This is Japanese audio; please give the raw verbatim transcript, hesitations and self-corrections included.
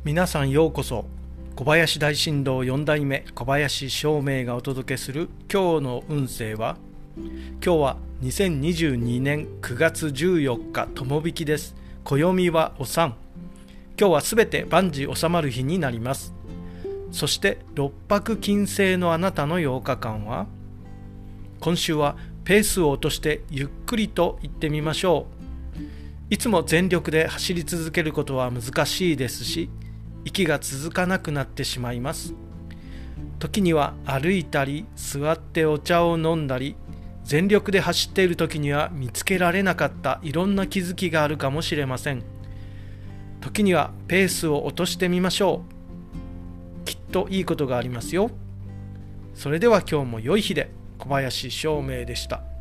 皆さんようこそ。小林大震動よん代目小林照明がお届けする今日の運勢は、今日はにせんにじゅうにねんくがつじゅうよっか友引きです。暦はおさん。今日はすべて万事収まる日になります。そして六白金星のあなたのようかかんは、今週はペースを落としてゆっくりと行ってみましょう。いつも全力で走り続けることは難しいですし、息が続かなくなってしまいます。時には歩いたり座ってお茶を飲んだり、全力で走っている時には見つけられなかったいろんな気づきがあるかもしれません。時にはペースを落としてみましょう。きっといいことがありますよ。それでは今日も良い日で。小林照明でした。